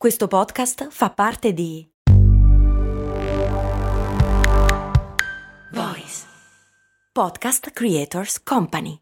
Questo podcast fa parte di Voice Podcast Creators Company.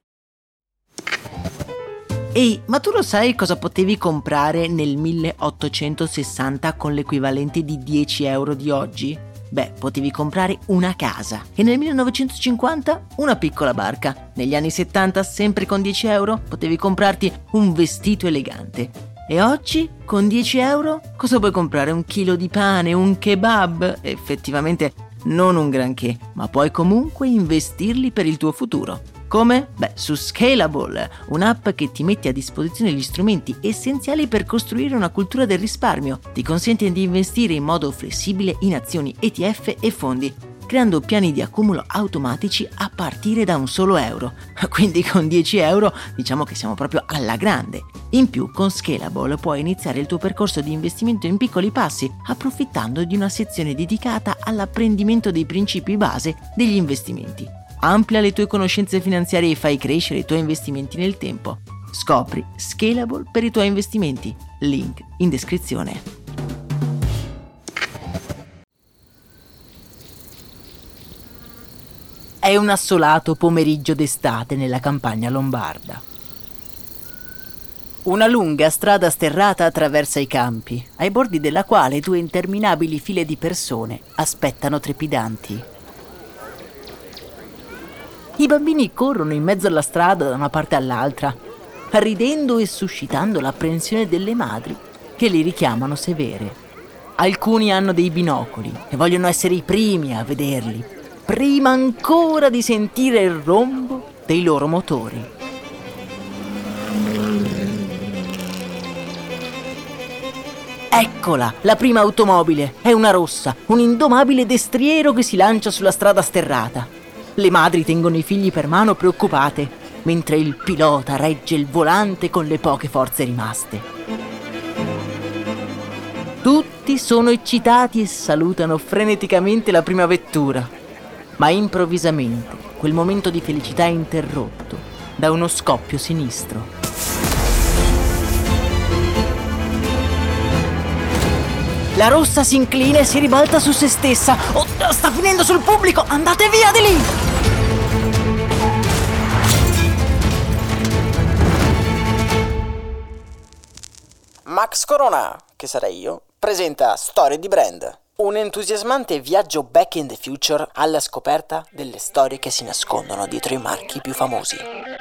Ehi, ma tu lo sai cosa potevi comprare nel 1860 con l'equivalente di 10 euro di oggi? Beh, potevi comprare una casa e nel 1950 una piccola barca. Negli anni 70, sempre con 10 euro, potevi comprarti un vestito elegante. E oggi, con 10 euro, cosa puoi comprare? Un chilo di pane, un kebab? Effettivamente non un granché, ma puoi comunque investirli per il tuo futuro. Come? Beh, su Scalable, un'app che ti mette a disposizione gli strumenti essenziali per costruire una cultura del risparmio. Ti consente di investire in modo flessibile in azioni, ETF e fondi, creando piani di accumulo automatici a partire da un solo euro. Quindi con 10 euro diciamo che siamo proprio alla grande. In più, con Scalable puoi iniziare il tuo percorso di investimento in piccoli passi, approfittando di una sezione dedicata all'apprendimento dei principi base degli investimenti. Amplia le tue conoscenze finanziarie e fai crescere i tuoi investimenti nel tempo. Scopri Scalable per i tuoi investimenti. Link in descrizione. È un assolato pomeriggio d'estate nella campagna lombarda. Una lunga strada sterrata attraversa i campi, ai bordi della quale 2 interminabili file di persone aspettano trepidanti. I bambini corrono in mezzo alla strada da una parte all'altra, ridendo e suscitando l'apprensione delle madri che li richiamano severe. Alcuni hanno dei binocoli e vogliono essere i primi a vederli, prima ancora di sentire il rombo dei loro motori. Eccola, la prima automobile, è una rossa, un indomabile destriero che si lancia sulla strada sterrata. Le madri tengono i figli per mano preoccupate, mentre il pilota regge il volante con le poche forze rimaste. Tutti sono eccitati e salutano freneticamente la prima vettura, ma improvvisamente quel momento di felicità è interrotto da uno scoppio sinistro. La rossa si inclina e si ribalta su se stessa. Oh, sta finendo sul pubblico! Andate via di lì! Max Corona, che sarei io, presenta Storie di Brand, un entusiasmante viaggio back in the future alla scoperta delle storie che si nascondono dietro i marchi più famosi.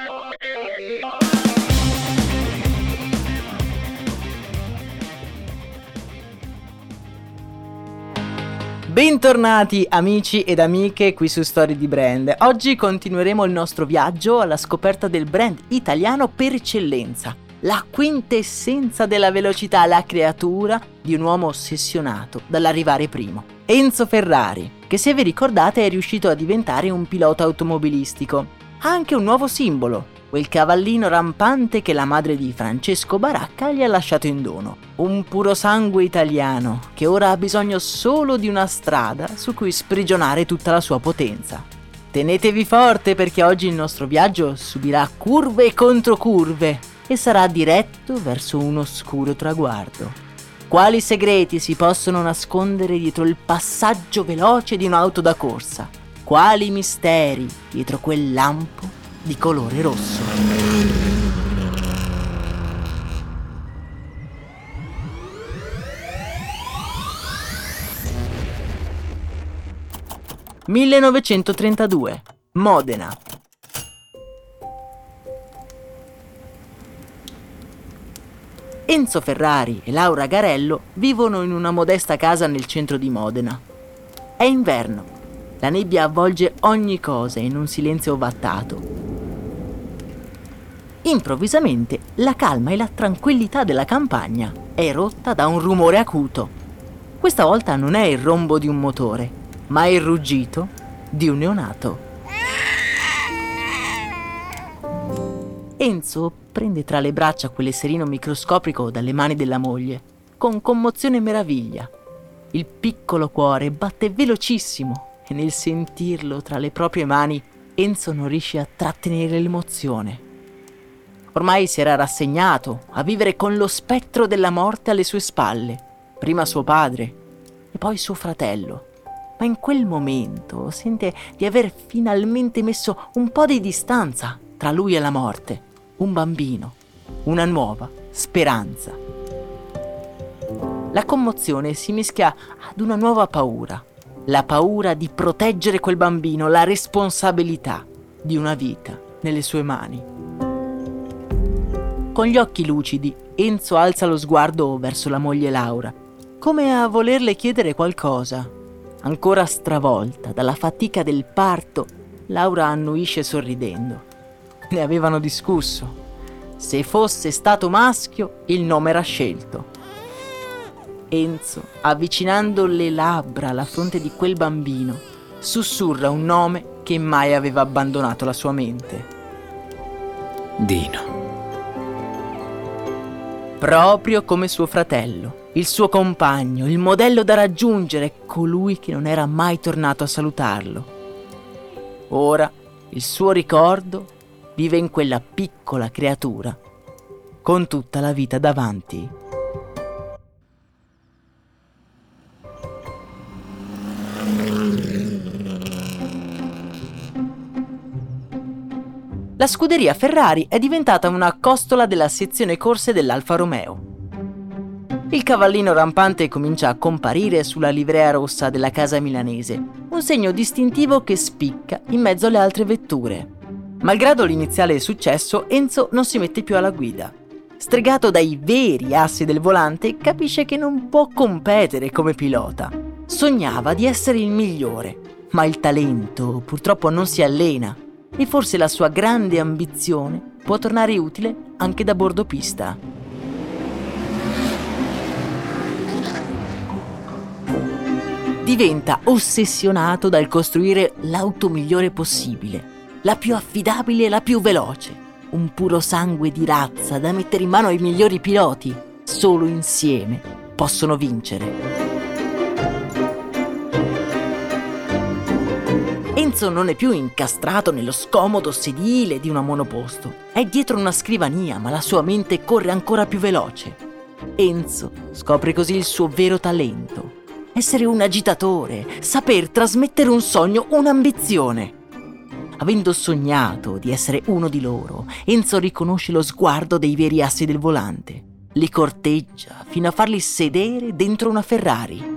Bentornati amici ed amiche qui su Storie di Brand. Oggi continueremo il nostro viaggio alla scoperta del brand italiano per eccellenza, la quintessenza della velocità, la creatura di un uomo ossessionato dall'arrivare primo. Enzo Ferrari, che se vi ricordate è riuscito a diventare un pilota automobilistico. Ha anche un nuovo simbolo, quel cavallino rampante che la madre di Francesco Baracca gli ha lasciato in dono. Un puro sangue italiano che ora ha bisogno solo di una strada su cui sprigionare tutta la sua potenza. Tenetevi forte perché oggi il nostro viaggio subirà curve e controcurve e sarà diretto verso un oscuro traguardo. Quali segreti si possono nascondere dietro il passaggio veloce di un'auto da corsa? Quali misteri dietro quel lampo di colore rosso? 1932, Modena. Enzo Ferrari e Laura Garello vivono in una modesta casa nel centro di Modena. È inverno, la nebbia avvolge ogni cosa in un silenzio ovattato. Improvvisamente la calma e la tranquillità della campagna è rotta da un rumore acuto. Questa volta non è il rombo di un motore, ma il ruggito di un neonato. Enzo prende tra le braccia quell'esserino microscopico dalle mani della moglie, con commozione e meraviglia. Il piccolo cuore batte velocissimo e nel sentirlo tra le proprie mani Enzo non riesce a trattenere l'emozione. Ormai si era rassegnato a vivere con lo spettro della morte alle sue spalle prima suo padre e poi suo fratello. Ma in quel momento sente di aver finalmente messo un po' di distanza tra lui e la morte. Un bambino, una nuova speranza. La commozione si mischia ad una nuova paura. La paura di proteggere quel bambino, la responsabilità di una vita nelle sue mani. Con gli occhi lucidi, Enzo alza lo sguardo verso la moglie Laura, come a volerle chiedere qualcosa. Ancora stravolta dalla fatica del parto, Laura annuisce sorridendo. Ne avevano discusso. Se fosse stato maschio, il nome era scelto. Enzo, avvicinando le labbra alla fronte di quel bambino, sussurra un nome che mai aveva abbandonato la sua mente. Dino. Proprio come suo fratello, il suo compagno, il modello da raggiungere, colui che non era mai tornato a salutarlo. Ora il suo ricordo vive in quella piccola creatura, con tutta la vita davanti. La scuderia Ferrari è diventata una costola della sezione corse dell'Alfa Romeo. Il cavallino rampante comincia a comparire sulla livrea rossa della casa milanese, un segno distintivo che spicca in mezzo alle altre vetture. Malgrado l'iniziale successo, Enzo non si mette più alla guida. Stregato dai veri assi del volante, capisce che non può competere come pilota. Sognava di essere il migliore, ma il talento purtroppo non si allena e forse la sua grande ambizione può tornare utile anche da bordo pista. Diventa ossessionato dal costruire l'auto migliore possibile, la più affidabile e la più veloce, un puro sangue di razza da mettere in mano ai migliori piloti. Solo insieme possono vincere. Enzo non è più incastrato nello scomodo sedile di una monoposto. È dietro una scrivania, ma la sua mente corre ancora più veloce. Enzo scopre così il suo vero talento. Essere un agitatore, saper trasmettere un sogno, un'ambizione. Avendo sognato di essere uno di loro, Enzo riconosce lo sguardo dei veri assi del volante. Li corteggia fino a farli sedere dentro una Ferrari.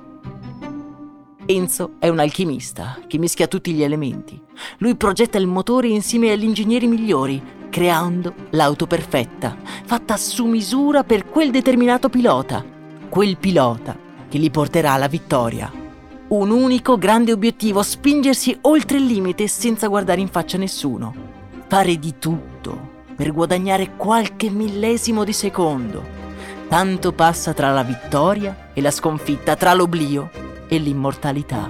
Enzo è un alchimista che mischia tutti gli elementi. Lui progetta il motore insieme agli ingegneri migliori, creando l'auto perfetta, fatta su misura per quel determinato pilota. Quel pilota che li porterà alla vittoria. Un unico grande obiettivo: spingersi oltre il limite senza guardare in faccia nessuno. Fare di tutto per guadagnare qualche millesimo di secondo. Tanto passa tra la vittoria e la sconfitta, tra l'oblio e l'immortalità.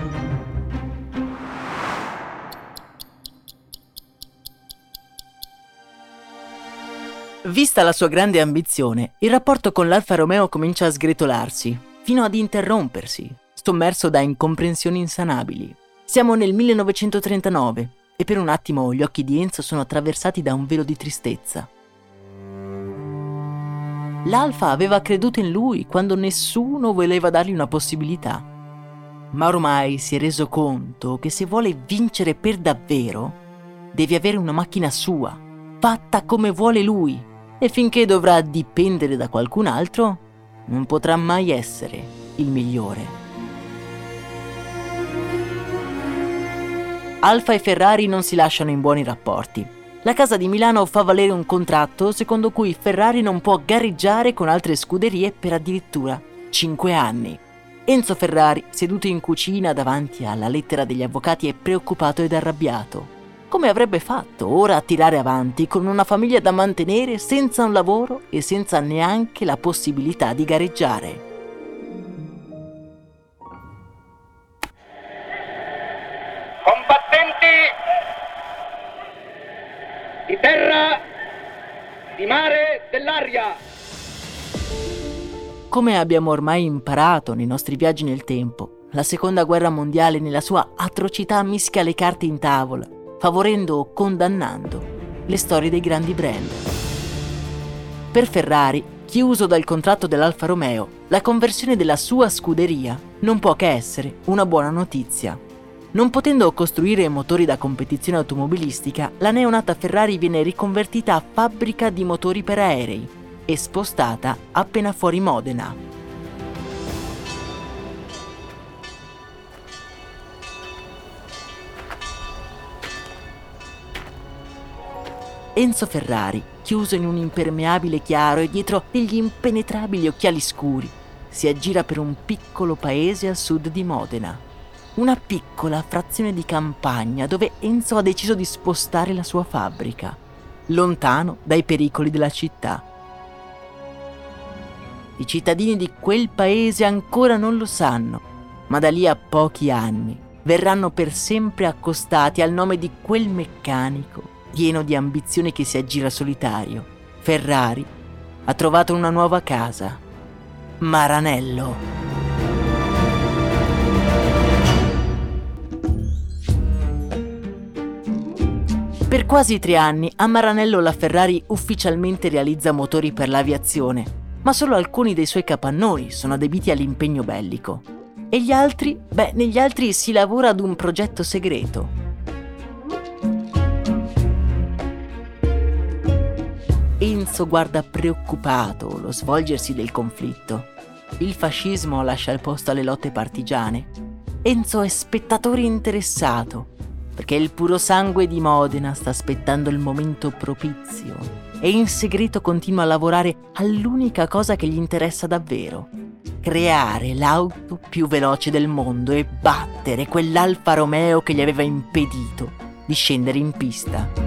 Vista la sua grande ambizione, il rapporto con l'Alfa Romeo comincia a sgretolarsi, fino ad interrompersi, sommerso da incomprensioni insanabili. Siamo nel 1939 e per un attimo gli occhi di Enzo sono attraversati da un velo di tristezza. L'Alfa aveva creduto in lui quando nessuno voleva dargli una possibilità. Ma ormai si è reso conto che se vuole vincere per davvero, deve avere una macchina sua, fatta come vuole lui, e finché dovrà dipendere da qualcun altro, non potrà mai essere il migliore. Alfa e Ferrari non si lasciano in buoni rapporti. La casa di Milano fa valere un contratto secondo cui Ferrari non può gareggiare con altre scuderie per addirittura 5 anni. Enzo Ferrari, seduto in cucina davanti alla lettera degli avvocati, è preoccupato ed arrabbiato. Come avrebbe fatto ora a tirare avanti con una famiglia da mantenere, senza un lavoro e senza neanche la possibilità di gareggiare? Combattenti di terra, di mare, dell'aria. Come abbiamo ormai imparato nei nostri viaggi nel tempo, la Seconda Guerra Mondiale nella sua atrocità mischia le carte in tavola, favorendo o condannando le storie dei grandi brand. Per Ferrari, chiuso dal contratto dell'Alfa Romeo, la conversione della sua scuderia non può che essere una buona notizia. Non potendo costruire motori da competizione automobilistica, la neonata Ferrari viene riconvertita a fabbrica di motori per aerei e spostata appena fuori Modena. Enzo Ferrari, chiuso in un impermeabile chiaro e dietro degli impenetrabili occhiali scuri, si aggira per un piccolo paese a sud di Modena. Una piccola frazione di campagna dove Enzo ha deciso di spostare la sua fabbrica, lontano dai pericoli della città. I cittadini di quel paese ancora non lo sanno, ma da lì a pochi anni verranno per sempre accostati al nome di quel meccanico pieno di ambizioni che si aggira solitario. Ferrari ha trovato una nuova casa, Maranello. Per quasi 3 anni a Maranello la Ferrari ufficialmente realizza motori per l'aviazione, ma solo alcuni dei suoi capannoni sono adibiti all'impegno bellico. E gli altri? Beh, negli altri si lavora ad un progetto segreto. Enzo guarda preoccupato lo svolgersi del conflitto. Il fascismo lascia il posto alle lotte partigiane. Enzo è spettatore interessato, perché il puro sangue di Modena sta aspettando il momento propizio e in segreto continua a lavorare all'unica cosa che gli interessa davvero: creare l'auto più veloce del mondo e battere quell'Alfa Romeo che gli aveva impedito di scendere in pista.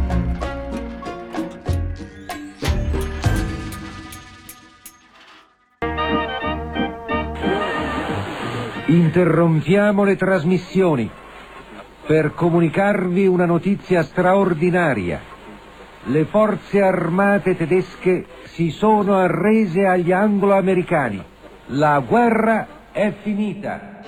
Interrompiamo le trasmissioni per comunicarvi una notizia straordinaria. Le forze armate tedesche si sono arrese agli anglo-americani. La guerra è finita.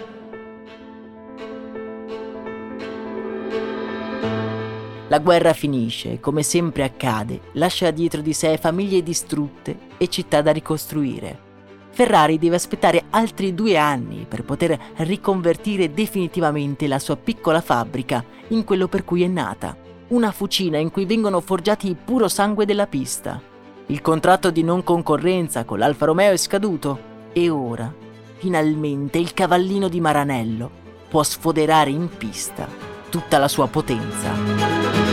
La guerra finisce, come sempre accade, lascia dietro di sé famiglie distrutte e città da ricostruire. Ferrari deve aspettare altri 2 anni per poter riconvertire definitivamente la sua piccola fabbrica in quello per cui è nata, una fucina in cui vengono forgiati il puro sangue della pista. Il contratto di non concorrenza con l'Alfa Romeo è scaduto e ora, finalmente, il cavallino di Maranello può sfoderare in pista tutta la sua potenza.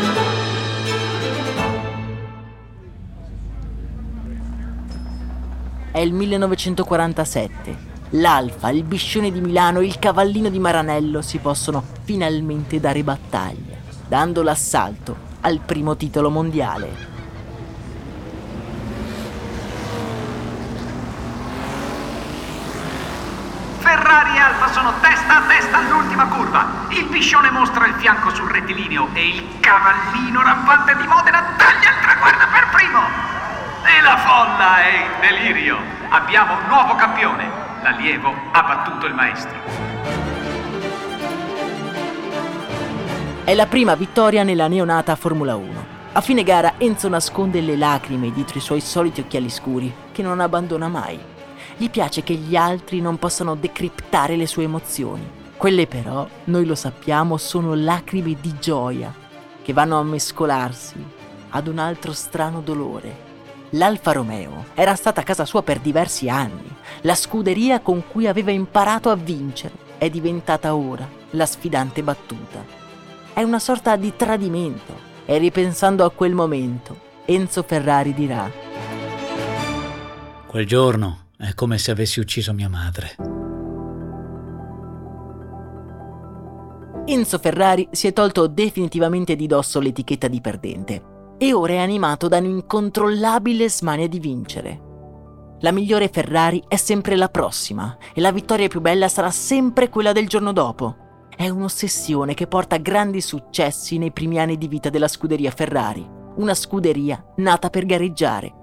È il 1947. L'Alfa, il Biscione di Milano e il Cavallino di Maranello si possono finalmente dare battaglia, dando l'assalto al primo titolo mondiale. Ferrari e Alfa sono testa a testa all'ultima curva. Il Biscione mostra il fianco sul rettilineo e il Cavallino rampante di Modena taglia il traguardo per primo. E la folla è in delirio. Abbiamo un nuovo campione. L'allievo ha battuto il maestro. È la prima vittoria nella neonata Formula 1. A fine gara Enzo nasconde le lacrime dietro i suoi soliti occhiali scuri, che non abbandona mai. Gli piace che gli altri non possano decriptare le sue emozioni. Quelle però, noi lo sappiamo, sono lacrime di gioia, che vanno a mescolarsi ad un altro strano dolore. L'Alfa Romeo era stata a casa sua per diversi anni. La scuderia con cui aveva imparato a vincere è diventata ora la sfidante battuta. È una sorta di tradimento e ripensando a quel momento, Enzo Ferrari dirà: quel giorno è come se avessi ucciso mia madre. Enzo Ferrari si è tolto definitivamente di dosso l'etichetta di perdente e ora è animato da un'incontrollabile smania di vincere. La migliore Ferrari è sempre la prossima e la vittoria più bella sarà sempre quella del giorno dopo. È un'ossessione che porta a grandi successi nei primi anni di vita della scuderia Ferrari, una scuderia nata per gareggiare.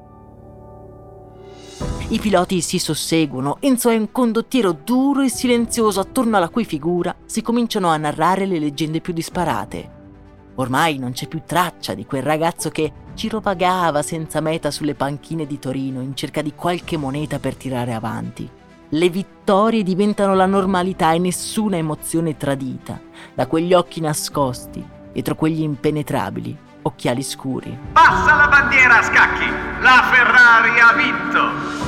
I piloti si susseguono, Enzo è un condottiero duro e silenzioso attorno alla cui figura si cominciano a narrare le leggende più disparate. Ormai non c'è più traccia di quel ragazzo che, girovagava senza meta sulle panchine di Torino in cerca di qualche moneta per tirare avanti. Le vittorie diventano la normalità e nessuna emozione tradita da quegli occhi nascosti dietro quegli impenetrabili occhiali scuri. Passa la bandiera a scacchi! La Ferrari ha vinto!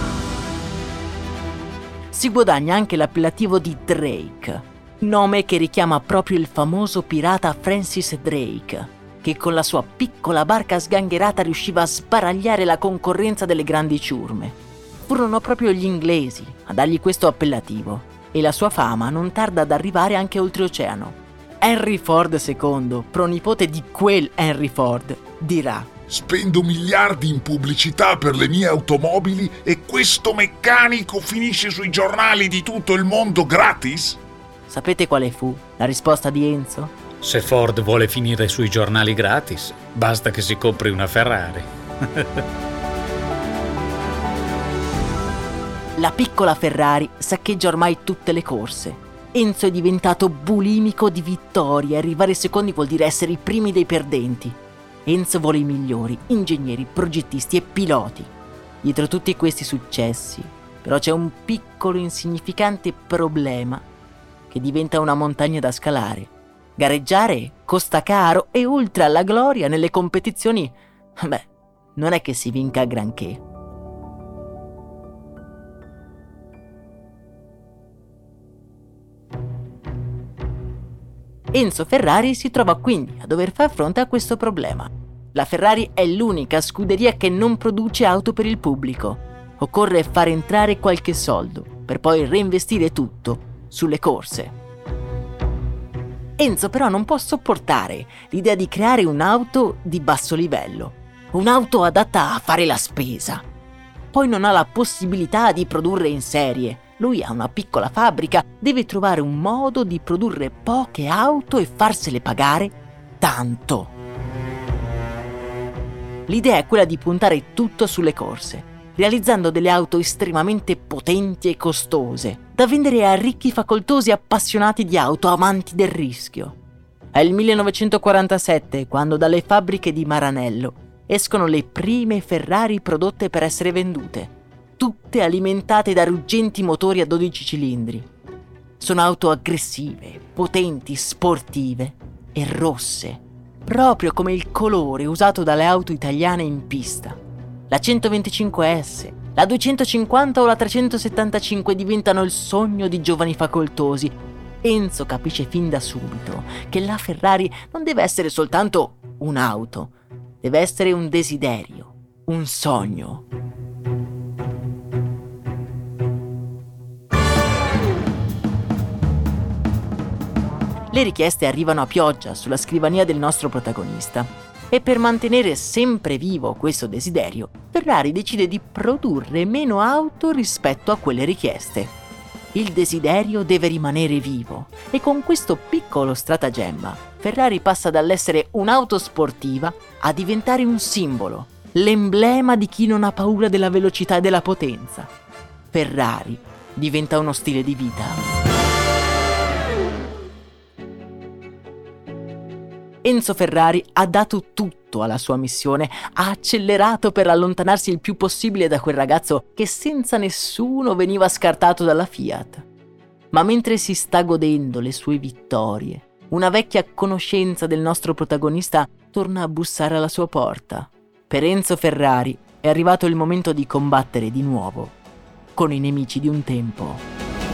Si guadagna anche l'appellativo di Drake, nome che richiama proprio il famoso pirata Francis Drake, che con la sua piccola barca sgangherata riusciva a sbaragliare la concorrenza delle grandi ciurme. Furono proprio gli inglesi a dargli questo appellativo e la sua fama non tarda ad arrivare anche oltreoceano. Henry Ford II, pronipote di quel Henry Ford, dirà: spendo miliardi in pubblicità per le mie automobili e questo meccanico finisce sui giornali di tutto il mondo gratis? Sapete quale fu la risposta di Enzo? Se Ford vuole finire sui giornali gratis, basta che si compri una Ferrari. La piccola Ferrari saccheggia ormai tutte le corse. Enzo è diventato bulimico di vittorie, arrivare secondi vuol dire essere i primi dei perdenti. Enzo vuole i migliori ingegneri, progettisti e piloti. Dietro tutti questi successi, però c'è un piccolo insignificante problema che diventa una montagna da scalare. Gareggiare costa caro e oltre alla gloria nelle competizioni, non è che si vinca granché. Enzo Ferrari si trova quindi a dover far fronte a questo problema. La Ferrari è l'unica scuderia che non produce auto per il pubblico. Occorre far entrare qualche soldo per poi reinvestire tutto sulle corse. Enzo però non può sopportare l'idea di creare un'auto di basso livello, un'auto adatta a fare la spesa. Poi non ha la possibilità di produrre in serie. Lui ha una piccola fabbrica, deve trovare un modo di produrre poche auto e farsele pagare tanto. L'idea è quella di puntare tutto sulle corse, realizzando delle auto estremamente potenti e costose, da vendere a ricchi facoltosi appassionati di auto, amanti del rischio. È il 1947 quando dalle fabbriche di Maranello escono le prime Ferrari prodotte per essere vendute, tutte alimentate da ruggenti motori a 12 cilindri. Sono auto aggressive, potenti, sportive e rosse, proprio come il colore usato dalle auto italiane in pista. La 125S, la 250 o la 375 diventano il sogno di giovani facoltosi. Enzo capisce fin da subito che la Ferrari non deve essere soltanto un'auto, deve essere un desiderio, un sogno. Le richieste arrivano a pioggia sulla scrivania del nostro protagonista e per mantenere sempre vivo questo desiderio, Ferrari decide di produrre meno auto rispetto a quelle richieste. Il desiderio deve rimanere vivo e con questo piccolo stratagemma Ferrari passa dall'essere un'auto sportiva a diventare un simbolo, l'emblema di chi non ha paura della velocità e della potenza. Ferrari diventa uno stile di vita. Enzo Ferrari ha dato tutto alla sua missione, ha accelerato per allontanarsi il più possibile da quel ragazzo che senza nessuno veniva scartato dalla Fiat. Ma mentre si sta godendo le sue vittorie, una vecchia conoscenza del nostro protagonista torna a bussare alla sua porta. Per Enzo Ferrari è arrivato il momento di combattere di nuovo con i nemici di un tempo.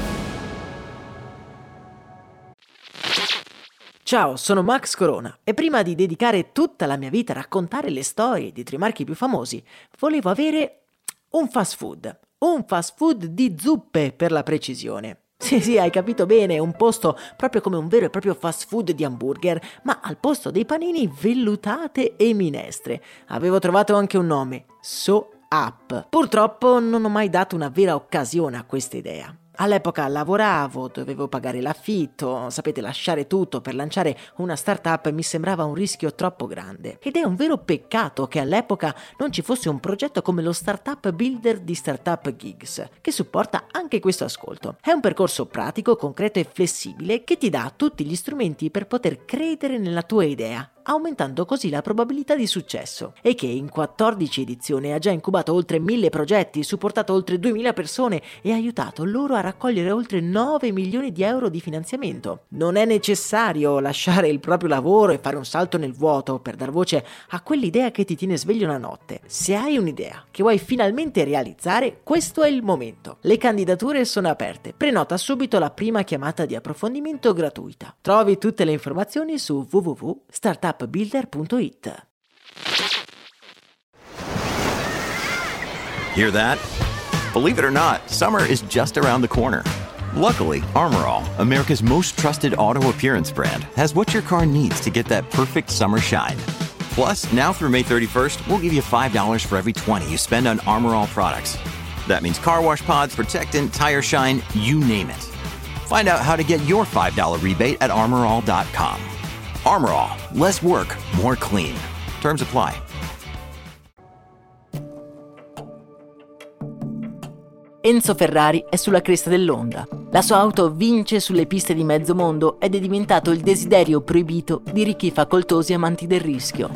Ciao, sono Max Corona e prima di dedicare tutta la mia vita a raccontare le storie di tra i marchi più famosi, volevo avere un fast food di zuppe per la precisione. Sì, hai capito bene, un posto proprio come un vero e proprio fast food di hamburger, ma al posto dei panini vellutate e minestre. Avevo trovato anche un nome, So Up. Purtroppo non ho mai dato una vera occasione a questa idea. All'epoca lavoravo, dovevo pagare l'affitto, sapete, lasciare tutto per lanciare una startup mi sembrava un rischio troppo grande. Ed è un vero peccato che all'epoca non ci fosse un progetto come lo Startup Builder di Startup Gigs, che supporta anche questo ascolto. È un percorso pratico, concreto e flessibile che ti dà tutti gli strumenti per poter credere nella tua idea aumentando così la probabilità di successo, e che in 14 edizioni ha già incubato oltre 1000 progetti, supportato oltre 2000 persone e aiutato loro a raccogliere oltre 9 milioni di euro di finanziamento. Non è necessario lasciare il proprio lavoro e fare un salto nel vuoto per dar voce a quell'idea che ti tiene sveglio la notte. Se hai un'idea che vuoi finalmente realizzare, questo è il momento. Le candidature sono aperte. Prenota subito la prima chiamata di approfondimento gratuita. Trovi tutte le informazioni su www.startupbuilder.it. Hear that? Believe it or not, summer is just around the corner. Luckily, Armor All, America's most trusted auto appearance brand, has what your car needs to get that perfect summer shine. Plus, now through May 31st, we'll give you $5 for every $20 you spend on Armor All products. That means car wash pods, protectant, tire shine, you name it. Find out how to get your $5 rebate at armorall.com. Armor All, less work, more clean. Terms apply. Enzo Ferrari è sulla cresta dell'onda. La sua auto vince sulle piste di mezzo mondo ed è diventato il desiderio proibito di ricchi facoltosi amanti del rischio.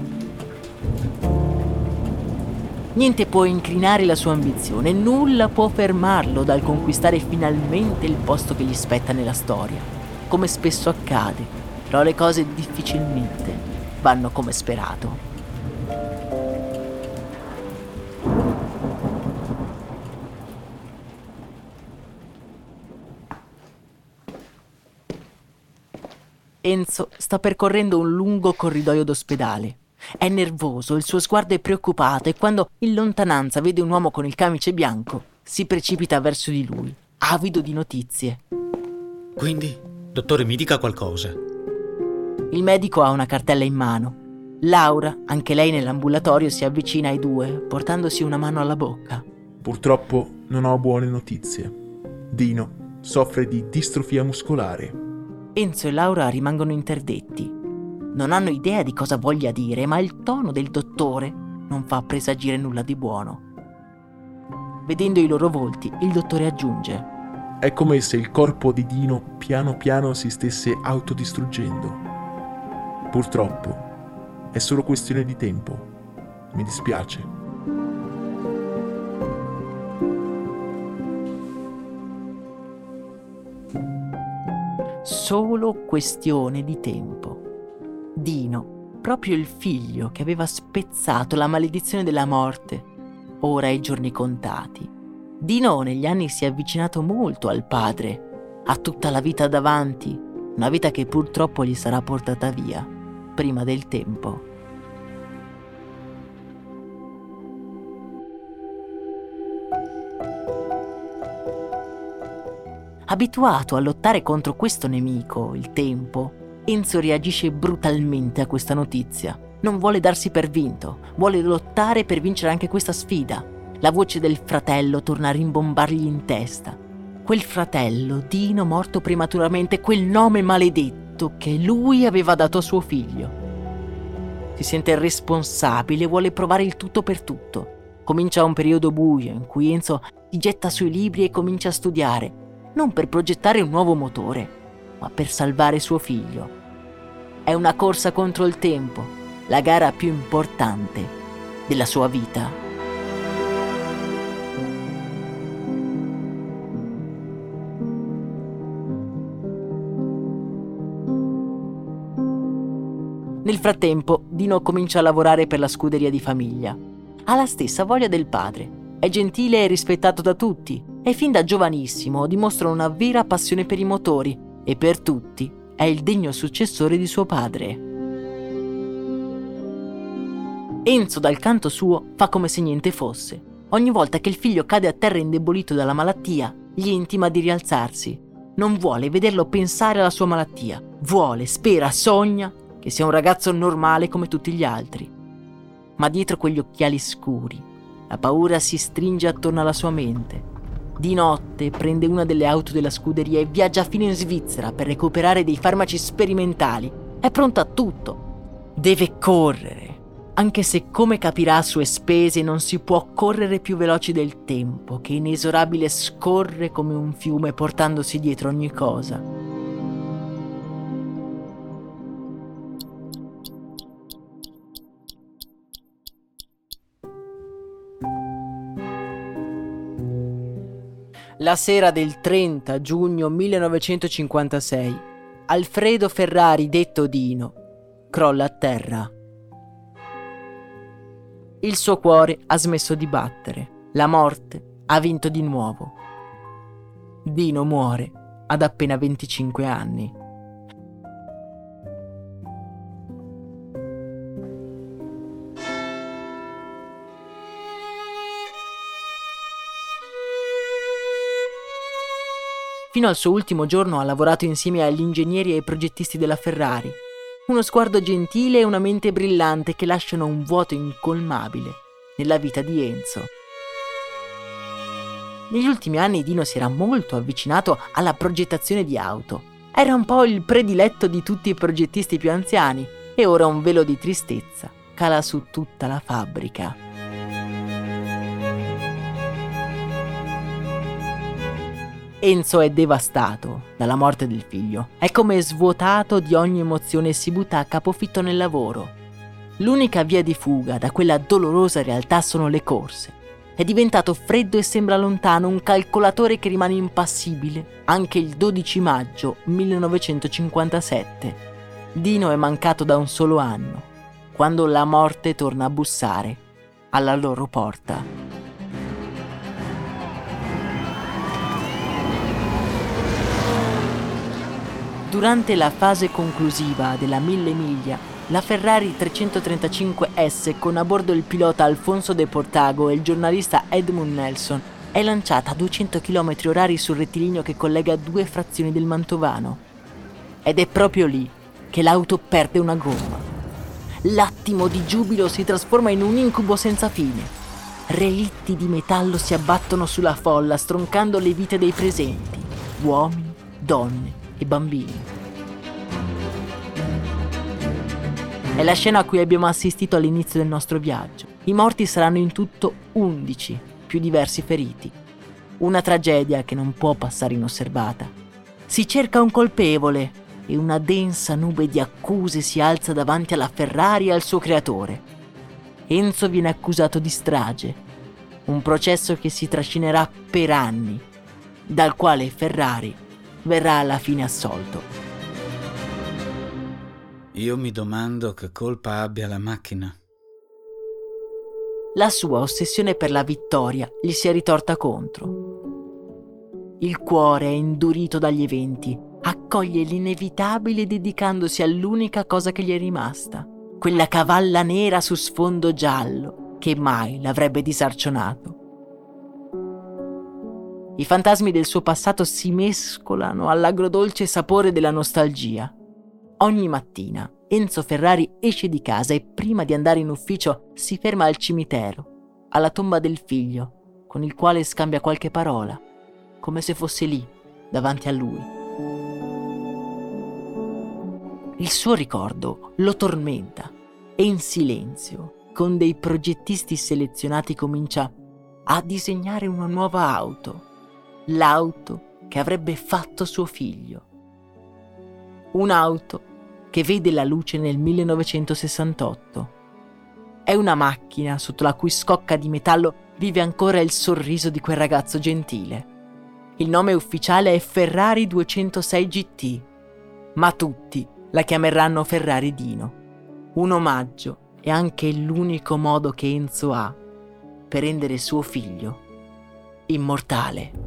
Niente può incrinare la sua ambizione, nulla può fermarlo dal conquistare finalmente il posto che gli spetta nella storia. Come spesso accade, però le cose difficilmente vanno come sperato. Enzo sta percorrendo un lungo corridoio d'ospedale. È nervoso, il suo sguardo è preoccupato e quando in lontananza vede un uomo con il camice bianco, si precipita verso di lui, avido di notizie. Quindi, dottore, mi dica qualcosa. Il medico ha una cartella in mano. Laura, anche lei nell'ambulatorio, si avvicina ai due, portandosi una mano alla bocca. Purtroppo non ho buone notizie. Dino soffre di distrofia muscolare. Enzo e Laura rimangono interdetti. Non hanno idea di cosa voglia dire, ma il tono del dottore non fa presagire nulla di buono. Vedendo i loro volti, il dottore aggiunge: È come se il corpo di Dino piano piano si stesse autodistruggendo. Purtroppo è solo questione di tempo. Mi dispiace. Solo questione di tempo. Dino, proprio il figlio che aveva spezzato la maledizione della morte, ora ha i giorni contati. Dino negli anni si è avvicinato molto al padre, ha tutta la vita davanti, una vita che purtroppo gli sarà portata via, prima del tempo. Abituato a lottare contro questo nemico, il tempo, Enzo reagisce brutalmente a questa notizia. Non vuole darsi per vinto, vuole lottare per vincere anche questa sfida. La voce del fratello torna a rimbombargli in testa. Quel fratello, Dino morto prematuramente, quel nome maledetto che lui aveva dato a suo figlio. Si sente responsabile, vuole provare il tutto per tutto. Comincia un periodo buio in cui Enzo si getta sui libri e comincia a studiare. Non per progettare un nuovo motore, ma per salvare suo figlio. È una corsa contro il tempo, la gara più importante della sua vita. Nel frattempo, Dino comincia a lavorare per la scuderia di famiglia. Ha la stessa voglia del padre, è gentile e rispettato da tutti, e fin da giovanissimo dimostra una vera passione per i motori e per tutti è il degno successore di suo padre. Enzo dal canto suo fa come se niente fosse. Ogni volta che il figlio cade a terra indebolito dalla malattia, gli intima di rialzarsi. Non vuole vederlo pensare alla sua malattia. Vuole, spera, sogna che sia un ragazzo normale come tutti gli altri. Ma dietro quegli occhiali scuri, la paura si stringe attorno alla sua mente. Di notte prende una delle auto della scuderia e viaggia fino in Svizzera per recuperare dei farmaci sperimentali. È pronto a tutto. Deve correre, anche se, come capirà a sue spese, non si può correre più veloci del tempo, che inesorabile scorre come un fiume portandosi dietro ogni cosa. La sera del 30 giugno 1956, Alfredo Ferrari, detto Dino, crolla a terra. Il suo cuore ha smesso di battere. La morte ha vinto di nuovo. Dino muore ad appena 25 anni. Fino al suo ultimo giorno ha lavorato insieme agli ingegneri e ai progettisti della Ferrari. Uno sguardo gentile e una mente brillante che lasciano un vuoto incolmabile nella vita di Enzo. Negli ultimi anni Dino si era molto avvicinato alla progettazione di auto. Era un po' il prediletto di tutti i progettisti più anziani e ora un velo di tristezza cala su tutta la fabbrica. Enzo è devastato dalla morte del figlio. È come svuotato di ogni emozione e si butta a capofitto nel lavoro. L'unica via di fuga da quella dolorosa realtà sono le corse. È diventato freddo e sembra lontano, un calcolatore che rimane impassibile anche il 12 maggio 1957. Dino è mancato da un solo anno, quando la morte torna a bussare alla loro porta. Durante la fase conclusiva della 1000 miglia, la Ferrari 335S con a bordo il pilota Alfonso De Portago e il giornalista Edmund Nelson è lanciata a 200 km/h sul rettilineo che collega due frazioni del Mantovano. Ed è proprio lì che l'auto perde una gomma. L'attimo di giubilo si trasforma in un incubo senza fine. Relitti di metallo si abbattono sulla folla, stroncando le vite dei presenti, uomini, donne e bambini. È la scena a cui abbiamo assistito all'inizio del nostro viaggio. I morti saranno in tutto 11, più diversi feriti. Una tragedia che non può passare inosservata. Si cerca un colpevole e una densa nube di accuse si alza davanti alla Ferrari e al suo creatore. Enzo viene accusato di strage, un processo che si trascinerà per anni, dal quale Ferrari verrà alla fine assolto. Io mi domando che colpa abbia la macchina. La sua ossessione per la vittoria gli si è ritorta contro. Il cuore è indurito dagli eventi, accoglie l'inevitabile dedicandosi all'unica cosa che gli è rimasta, quella cavalla nera su sfondo giallo che mai l'avrebbe disarcionato. I fantasmi del suo passato si mescolano all'agrodolce sapore della nostalgia. Ogni mattina Enzo Ferrari esce di casa e prima di andare in ufficio si ferma al cimitero, alla tomba del figlio, con il quale scambia qualche parola, come se fosse lì, davanti a lui. Il suo ricordo lo tormenta e in silenzio, con dei progettisti selezionati, comincia a disegnare una nuova auto, l'auto che avrebbe fatto suo figlio. Un'auto che vede la luce nel 1968. È una macchina sotto la cui scocca di metallo vive ancora il sorriso di quel ragazzo gentile. Il nome ufficiale è Ferrari 206 GT, ma tutti la chiameranno Ferrari Dino. Un omaggio è anche l'unico modo che Enzo ha per rendere suo figlio immortale.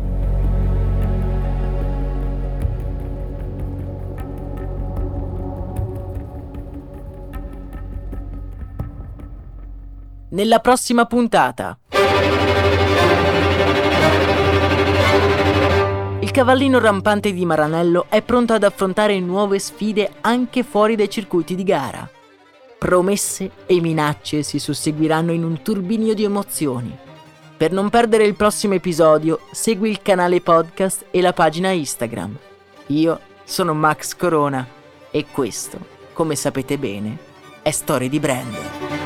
Nella prossima puntata. Il cavallino rampante di Maranello è pronto ad affrontare nuove sfide anche fuori dai circuiti di gara. Promesse e minacce si susseguiranno in un turbinio di emozioni. Per non perdere il prossimo episodio, segui il canale podcast e la pagina Instagram. Io sono Max Corona e questo, come sapete bene, è Storie di Brand.